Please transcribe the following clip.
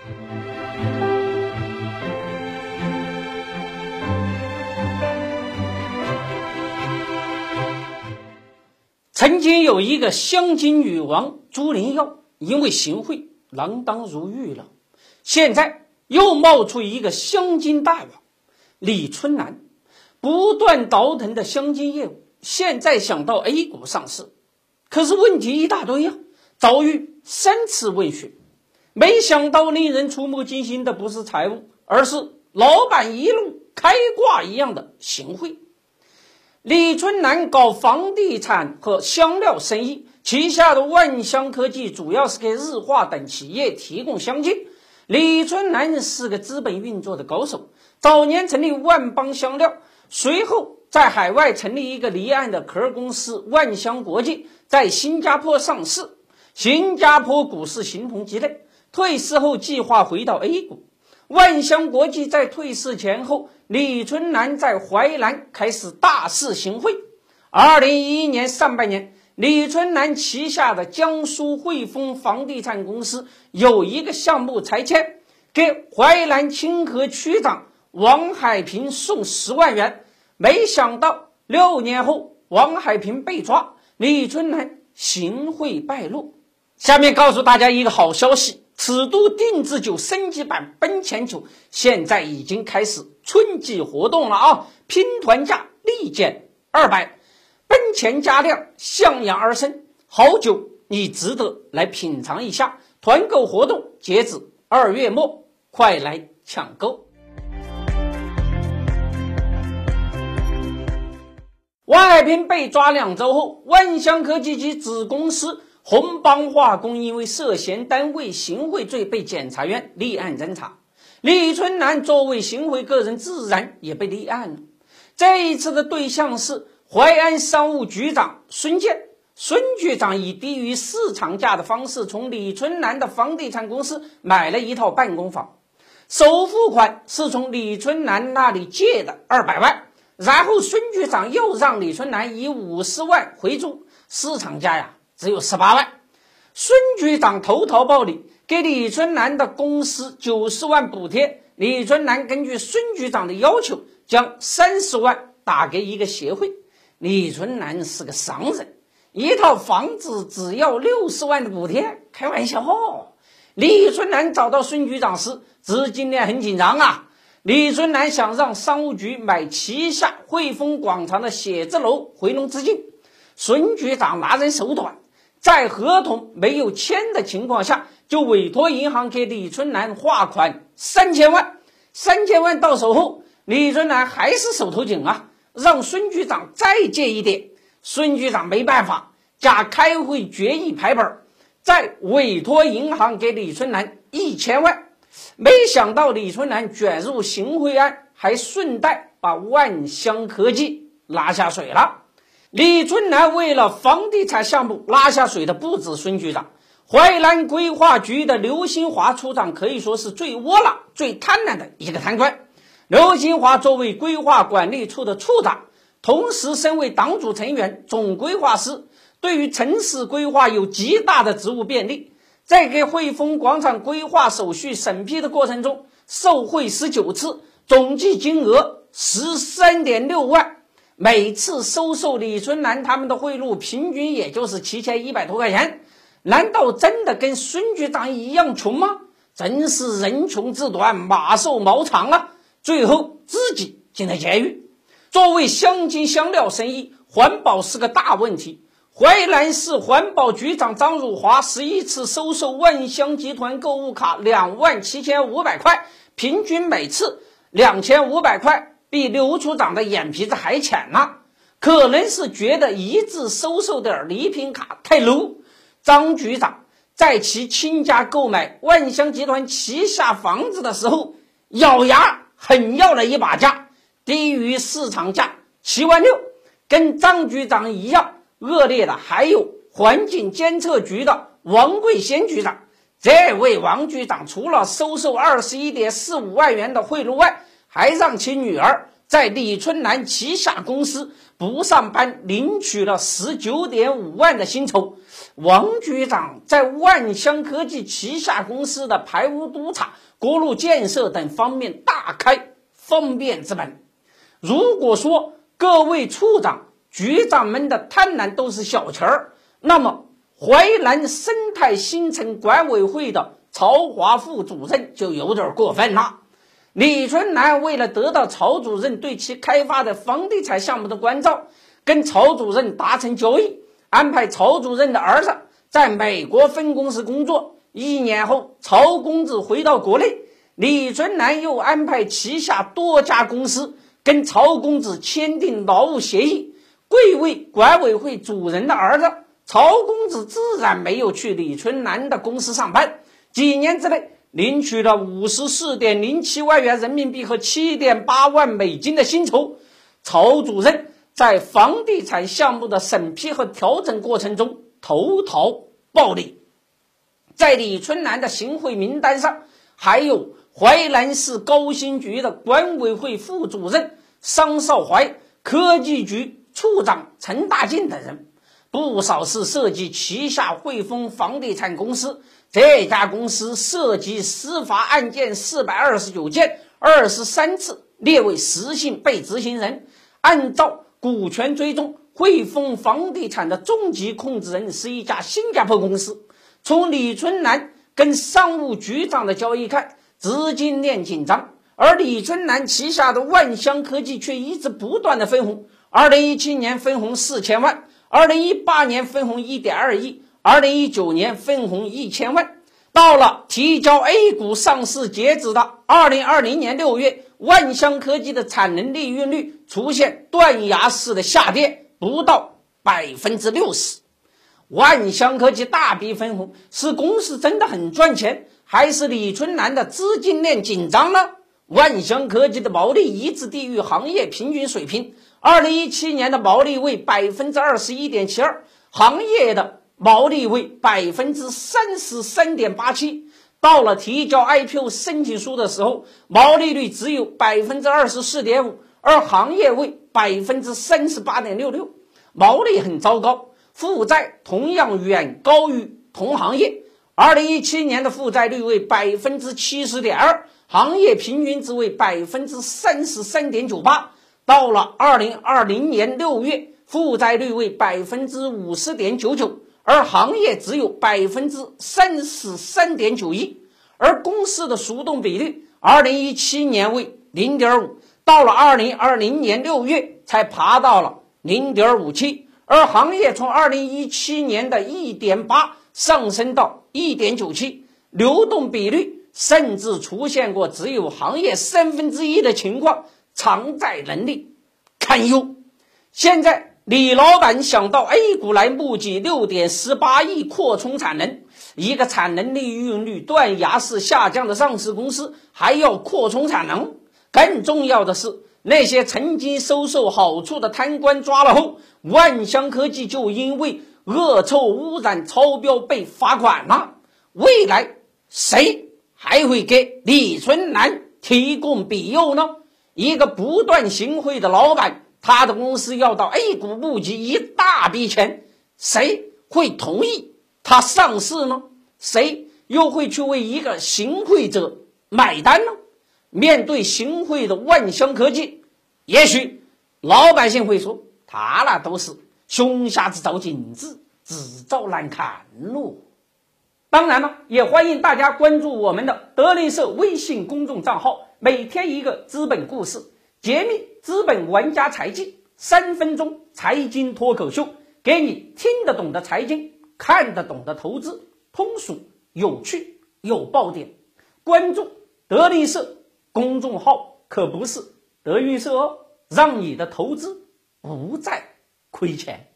曾经有一个香金女王朱灵耀，因为行贿锒铛入狱了。现在又冒出一个香金大王李春兰，不断倒腾的香金业务，现在想到 A 股上市，可是问题一大堆啊，遭遇3次问询。没想到令人触目惊心的不是财务，而是老板一路开挂一样的行贿。李春兰搞房地产和香料生意，旗下的万香科技主要是给日化等企业提供香精。李春兰是个资本运作的高手，早年成立万邦香料，随后在海外成立一个离岸的壳公司万香国际，在新加坡上市，新加坡股市形同鸡肋。退市后计划回到 A 股。万香国际在退市前后，李春兰在淮南开始大肆行贿。2011年上半年，李春兰旗下的江苏汇丰房地产公司有一个项目拆迁，给淮南清河区长王海平送10万元。没想到6年后王海平被抓，李春兰行贿败露。下面告诉大家一个好消息，尺度定制酒升级版奔前酒现在已经开始春季活动了啊！拼团价立减200，奔前加量向阳而生，好酒你值得来品尝一下。团购活动截止2月末，快来抢购。王海平被抓2周后，万香科技及子公司红邦化工因为涉嫌单位行贿罪被检察院立案侦查。李春兰作为行贿个人自然也被立案了。这一次的对象是淮安商务局长孙健。孙局长以低于市场价的方式从李春兰的房地产公司买了一套办公房，首付款是从李春兰那里借的200万，然后孙局长又让李春兰以50万回租，市场价只有18万。孙局长投桃报李，给李春兰的公司90万补贴。李春兰根据孙局长的要求，将30万打给一个协会。李春兰是个商人，一套房子只要60万的补贴，开玩笑。李春兰找到孙局长时，资金链很紧张啊。李春兰想让商务局买旗下汇丰广场的写字楼回笼资金，孙局长拿人手短，在合同没有签的情况下，就委托银行给李春兰划款3000万。3000万到手后，李春兰还是手头紧啊，让孙局长再借一点。孙局长没办法，假开会决议排本，再委托银行给李春兰1000万。没想到李春兰卷入行贿案，还顺带把万香科技拉下水了。李春兰为了房地产项目拉下水的不止孙局长，淮南规划局的刘新华处长可以说是最窝囊最贪婪的一个贪官。刘新华作为规划管理处的处长，同时身为党组成员总规划师，对于城市规划有极大的职务便利。在给汇丰广场规划手续审批的过程中，受贿19次，总计金额13.6万。每次收受李春兰他们的贿赂平均也就是7100多块钱。难道真的跟孙局长一样穷吗？真是人穷志短，马瘦毛长啊，最后自己进了监狱。作为香精香料生意，环保是个大问题。淮南市环保局长张汝华11次收受万香集团购物卡27500块，平均每次2500块，比刘处长的眼皮子还浅呢。可能是觉得一次收受点礼品卡太 low。 张局长在其亲家购买万香集团旗下房子的时候，咬牙狠要了一把价，低于市场价7万6。跟张局长一样恶劣的还有环境监测局的王贵先局长。这位王局长除了收受21.45万元的贿赂外，还让其女儿在李春兰旗下公司不上班领取了19.5万的薪酬。 王局长在万香科技旗下公司的排污督查、国路建设等方面大开方便之门。如果说各位处长、局长们的贪婪都是小钱儿，那么淮南生态新城管委会的曹华副主任就有点过分了。李春南为了得到曹主任对其开发的房地产项目的关照，跟曹主任达成交易，安排曹主任的儿子在美国分公司工作。1年后，曹公子回到国内，李春南又安排旗下多家公司跟曹公子签订劳务协议。贵为管委会主任的儿子曹公子自然没有去李春南的公司上班，几年之内领取了54.07万元人民币和7.8万美金的薪酬。曹主任在房地产项目的审批和调整过程中投桃报李。在李春南的行贿名单上还有淮南市高新局的管委会副主任商少怀、科技局处长陈大进等人，不少是涉及旗下汇丰房地产公司。这家公司涉及司法案件429件，23次列为实性被执行人。按照股权追踪，汇丰房地产的终极控制人是一家新加坡公司。从李春南跟商务局长的交易看，资金链紧张，而李春南旗下的万香科技却一直不断的分红。2017年分红4000万，2018年分红1.2亿，2019年分红1000万。到了提交 A 股上市截止的2020年6月，万香科技的产能利润率出现断崖式的下跌，不到 60%。 万香科技大笔分红，是公司真的很赚钱，还是李春南的资金链紧张呢？万香科技的毛利一直低于行业平均水平，2017年的毛利为 21.72%， 行业的毛利为 33.87%。 到了提交 IPO 申请书的时候，毛利率只有 24.5%， 而行业为 38.66%， 毛利很糟糕。负债同样远高于同行业，2017年的负债率为 70.2%， 行业平均值为 33.98%。 到了2020年6月，负债率为 50.99%， 而行业只有 33.91%。 而公司的速动比率2017年为 0.5， 到了2020年6月才爬到了 0.57，而行业从2017年的 1.8 上升到 1.97， 流动比率甚至出现过只有行业1/3的情况，偿债能力堪忧。现在李老板想到 A 股来募集 6.18 亿扩充产能，一个产能利润率断崖式下降的上市公司还要扩充产能。更重要的是，那些曾经收受好处的贪官抓了后，万香科技就因为恶臭污染超标被罚款了。未来谁还会给李春南提供庇佑呢？一个不断行贿的老板，他的公司要到 A 股募集一大笔钱，谁会同意他上市呢？谁又会去为一个行贿者买单呢？面对行贿的万香科技，也许老百姓会说，他那都是熊瞎子照镜子，自找难看咯。当然了，也欢迎大家关注我们的德林社微信公众账号，每天一个资本故事，揭秘资本玩家财技，3分钟财经脱口秀，给你听得懂的财经，看得懂的投资，通俗有趣有爆点。关注德林社公众号可不是德云社哦，让你的投资不再亏钱。